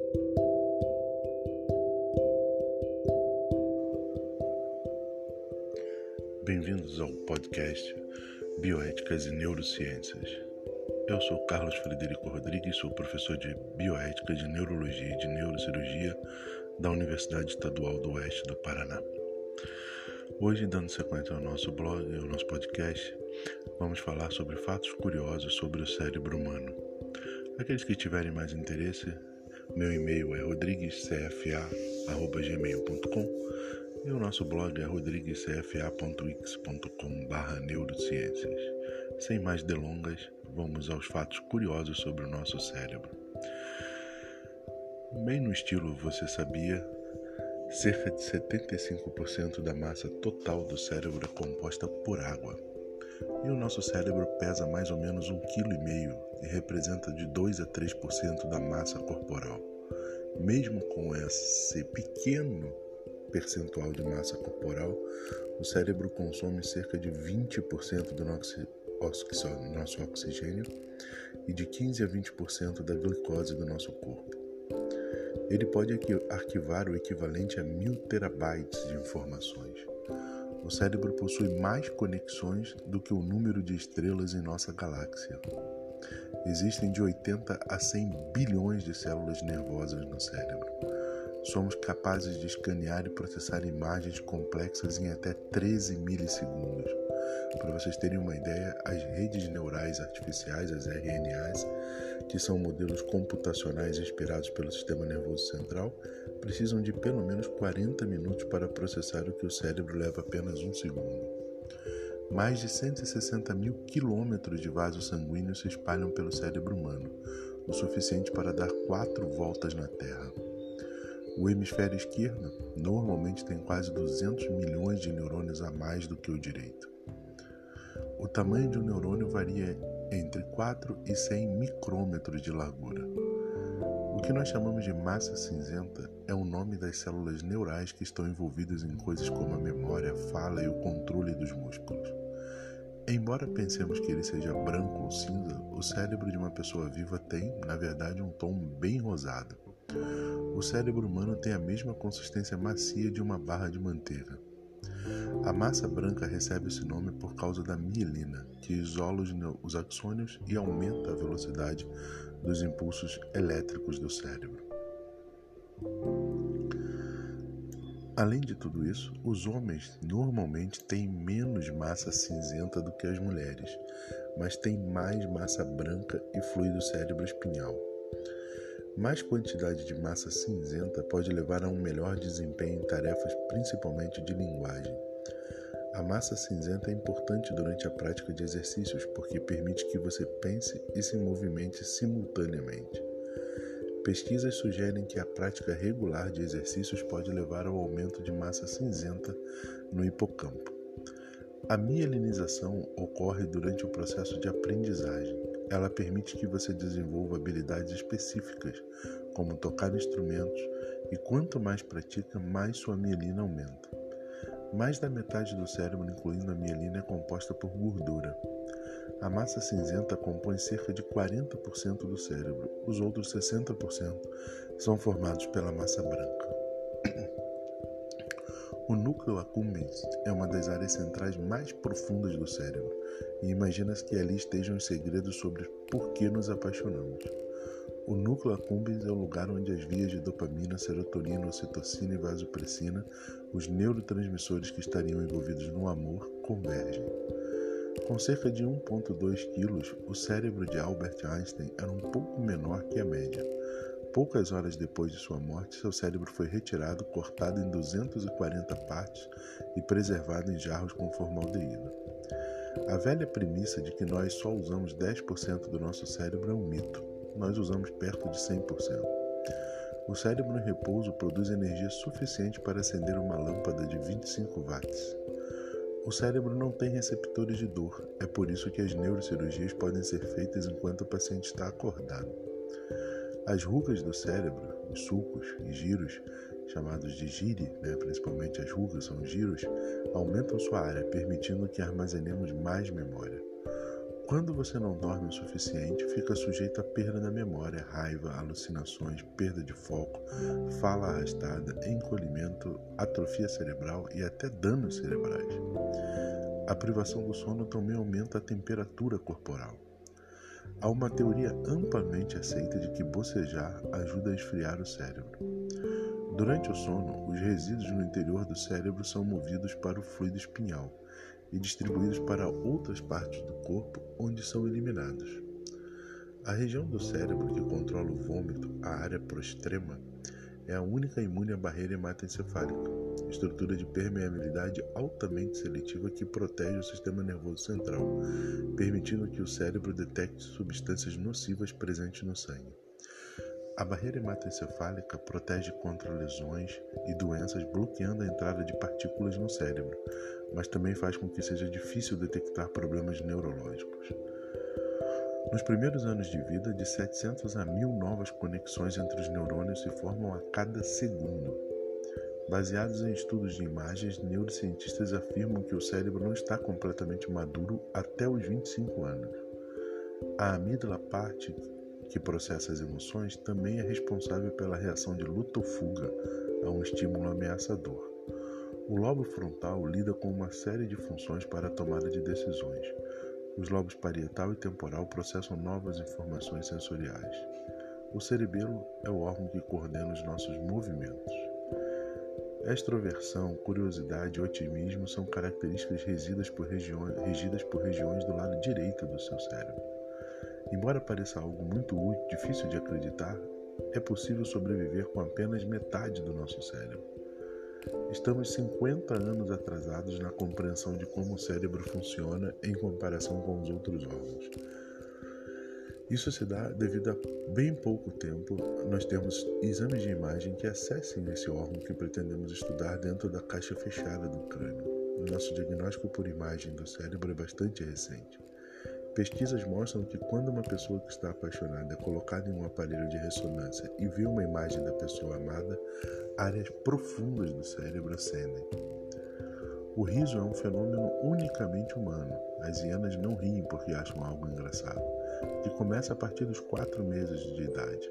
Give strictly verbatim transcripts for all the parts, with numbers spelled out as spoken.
Bem-vindos ao podcast Bioéticas e Neurociências. Eu sou Carlos Frederico Rodrigues, sou professor de Bioética, de Neurologia e de Neurocirurgia da Universidade Estadual do Oeste do Paraná. Hoje, dando sequência ao nosso blog e ao nosso podcast, vamos falar sobre fatos curiosos sobre o cérebro humano. Aqueles que tiverem mais interesse, meu e-mail é rodrigues c f a arroba gmail ponto com e o nosso blog é rodrigues c f a ponto wix ponto com barra neurociências. Sem mais delongas, vamos aos fatos curiosos sobre o nosso cérebro. Bem no estilo Você Sabia, cerca de setenta e cinco por cento da massa total do cérebro é composta por água. E o nosso cérebro pesa mais ou menos um vírgula cinco quilos e representa de dois a três por cento da massa corporal. Mesmo com esse pequeno percentual de massa corporal, o cérebro consome cerca de vinte por cento do nosso oxigênio e de quinze a vinte por cento da glicose do nosso corpo. Ele pode arquivar o equivalente a mil terabytes de informações. O cérebro possui mais conexões do que o número de estrelas em nossa galáxia. Existem de oitenta a cem bilhões de células nervosas no cérebro. Somos capazes de escanear e processar imagens complexas em até treze milissegundos. Para vocês terem uma ideia, as redes neurais artificiais, as R N As, que são modelos computacionais inspirados pelo sistema nervoso central, precisam de pelo menos quarenta minutos para processar o que o cérebro leva apenas um segundo. Mais de cento e sessenta mil quilômetros de vasos sanguíneos se espalham pelo cérebro humano, o suficiente para dar quatro voltas na Terra. O hemisfério esquerdo normalmente tem quase duzentos milhões de neurônios a mais do que o direito. O tamanho de um neurônio varia entre quatro e cem micrômetros de largura. O que nós chamamos de massa cinzenta é o nome das células neurais que estão envolvidas em coisas como a memória, a fala e o controle dos músculos. Embora pensemos que ele seja branco ou cinza, o cérebro de uma pessoa viva tem, na verdade, um tom bem rosado. O cérebro humano tem a mesma consistência macia de uma barra de manteiga. A massa branca recebe esse nome por causa da mielina, que isola os axônios e aumenta a velocidade dos impulsos elétricos do cérebro. Além de tudo isso, os homens normalmente têm menos massa cinzenta do que as mulheres, mas têm mais massa branca e fluido cérebro espinhal. Mais quantidade de massa cinzenta pode levar a um melhor desempenho em tarefas principalmente de linguagem. A massa cinzenta é importante durante a prática de exercícios porque permite que você pense e se movimente simultaneamente. Pesquisas sugerem que a prática regular de exercícios pode levar ao aumento de massa cinzenta no hipocampo. A mielinização ocorre durante o processo de aprendizagem. Ela permite que você desenvolva habilidades específicas, como tocar instrumentos, e quanto mais pratica, mais sua mielina aumenta. Mais da metade do cérebro, incluindo a mielina, é composta por gordura. A massa cinzenta compõe cerca de quarenta por cento do cérebro. Os outros sessenta por cento são formados pela massa branca. O núcleo accumbens é uma das áreas centrais mais profundas do cérebro, e imagina-se que ali estejam os segredos sobre por que nos apaixonamos. O núcleo accumbens é o lugar onde as vias de dopamina, serotonina, ocitocina e vasopressina, os neurotransmissores que estariam envolvidos no amor, convergem. Com cerca de um vírgula dois quilos, o cérebro de Albert Einstein era um pouco menor que a média. Poucas horas depois de sua morte, seu cérebro foi retirado, cortado em duzentas e quarenta partes e preservado em jarros com formaldeído. A velha premissa de que nós só usamos dez por cento do nosso cérebro é um mito. Nós usamos perto de cem por cento. O cérebro em repouso produz energia suficiente para acender uma lâmpada de vinte e cinco watts. O cérebro não tem receptores de dor, é por isso que as neurocirurgias podem ser feitas enquanto o paciente está acordado. As rugas do cérebro, os sulcos e giros, chamados de gire, né, principalmente as rugas são giros, aumentam sua área, permitindo que armazenemos mais memória. Quando você não dorme o suficiente, fica sujeito à perda da memória, raiva, alucinações, perda de foco, fala arrastada, encolhimento, atrofia cerebral e até danos cerebrais. A privação do sono também aumenta a temperatura corporal. Há uma teoria amplamente aceita de que bocejar ajuda a esfriar o cérebro. Durante o sono, os resíduos no interior do cérebro são movidos para o fluido espinhal e distribuídos para outras partes do corpo, onde são eliminados. A região do cérebro que controla o vômito, a área prostrema, é a única imune à barreira hematoencefálica, estrutura de permeabilidade altamente seletiva que protege o sistema nervoso central, permitindo que o cérebro detecte substâncias nocivas presentes no sangue. A barreira hematoencefálica protege contra lesões e doenças, bloqueando a entrada de partículas no cérebro, mas também faz com que seja difícil detectar problemas neurológicos. Nos primeiros anos de vida, de setecentas a mil novas conexões entre os neurônios se formam a cada segundo. Baseados em estudos de imagens, neurocientistas afirmam que o cérebro não está completamente maduro até os vinte e cinco anos. A amígdala, parte que processa as emoções, também é responsável pela reação de luta ou fuga a um estímulo ameaçador. O lobo frontal lida com uma série de funções para a tomada de decisões. Os lobos parietal e temporal processam novas informações sensoriais. O cerebelo é o órgão que coordena os nossos movimentos. Extroversão, curiosidade e otimismo são características regidas por, regiões, regidas por regiões do lado direito do seu cérebro. Embora pareça algo muito difícil de acreditar, é possível sobreviver com apenas metade do nosso cérebro. Estamos cinquenta anos atrasados na compreensão de como o cérebro funciona em comparação com os outros órgãos. Isso se dá devido a bem pouco tempo nós temos exames de imagem que acessem esse órgão que pretendemos estudar dentro da caixa fechada do crânio. O nosso diagnóstico por imagem do cérebro é bastante recente. Pesquisas mostram que quando uma pessoa que está apaixonada é colocada em um aparelho de ressonância e vê uma imagem da pessoa amada, áreas profundas do cérebro acendem. O riso é um fenômeno unicamente humano. As hienas não riem porque acham algo engraçado, que começa a partir dos quatro meses de idade.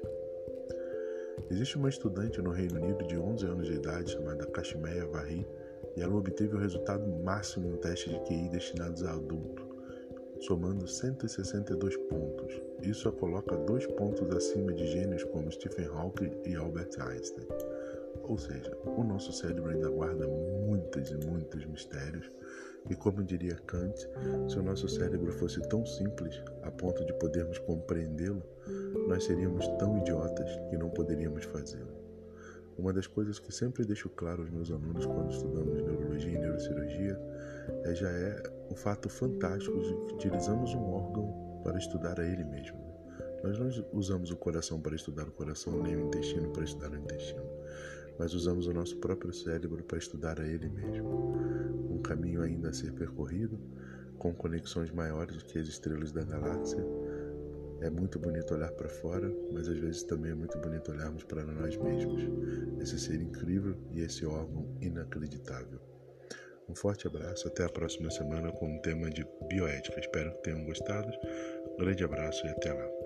Existe uma estudante no Reino Unido de onze anos de idade chamada Kashmeya Varri e ela obteve o resultado máximo em um teste de Q I destinados a adulto, somando cento e sessenta e dois pontos. Isso a coloca dois pontos acima de gênios como Stephen Hawking e Albert Einstein. Ou seja, o nosso cérebro ainda guarda muitos e muitos mistérios e, como diria Kant, se o nosso cérebro fosse tão simples a ponto de podermos compreendê-lo, nós seríamos tão idiotas que não poderíamos fazê-lo. Uma das coisas que sempre deixo claro aos meus alunos quando estudamos neurologia e neurocirurgia é, já é o fato fantástico de que utilizamos um órgão para estudar a ele mesmo. Nós não usamos o coração para estudar o coração, nem o intestino para estudar o intestino, mas usamos o nosso próprio cérebro para estudar a ele mesmo. Um caminho ainda a ser percorrido, com conexões maiores que as estrelas da galáxia. É muito bonito olhar para fora, mas às vezes também é muito bonito olharmos para nós mesmos, esse ser incrível e esse órgão inacreditável. Um forte abraço, até a próxima semana com um tema de bioética. Espero que tenham gostado. Um grande abraço e até lá.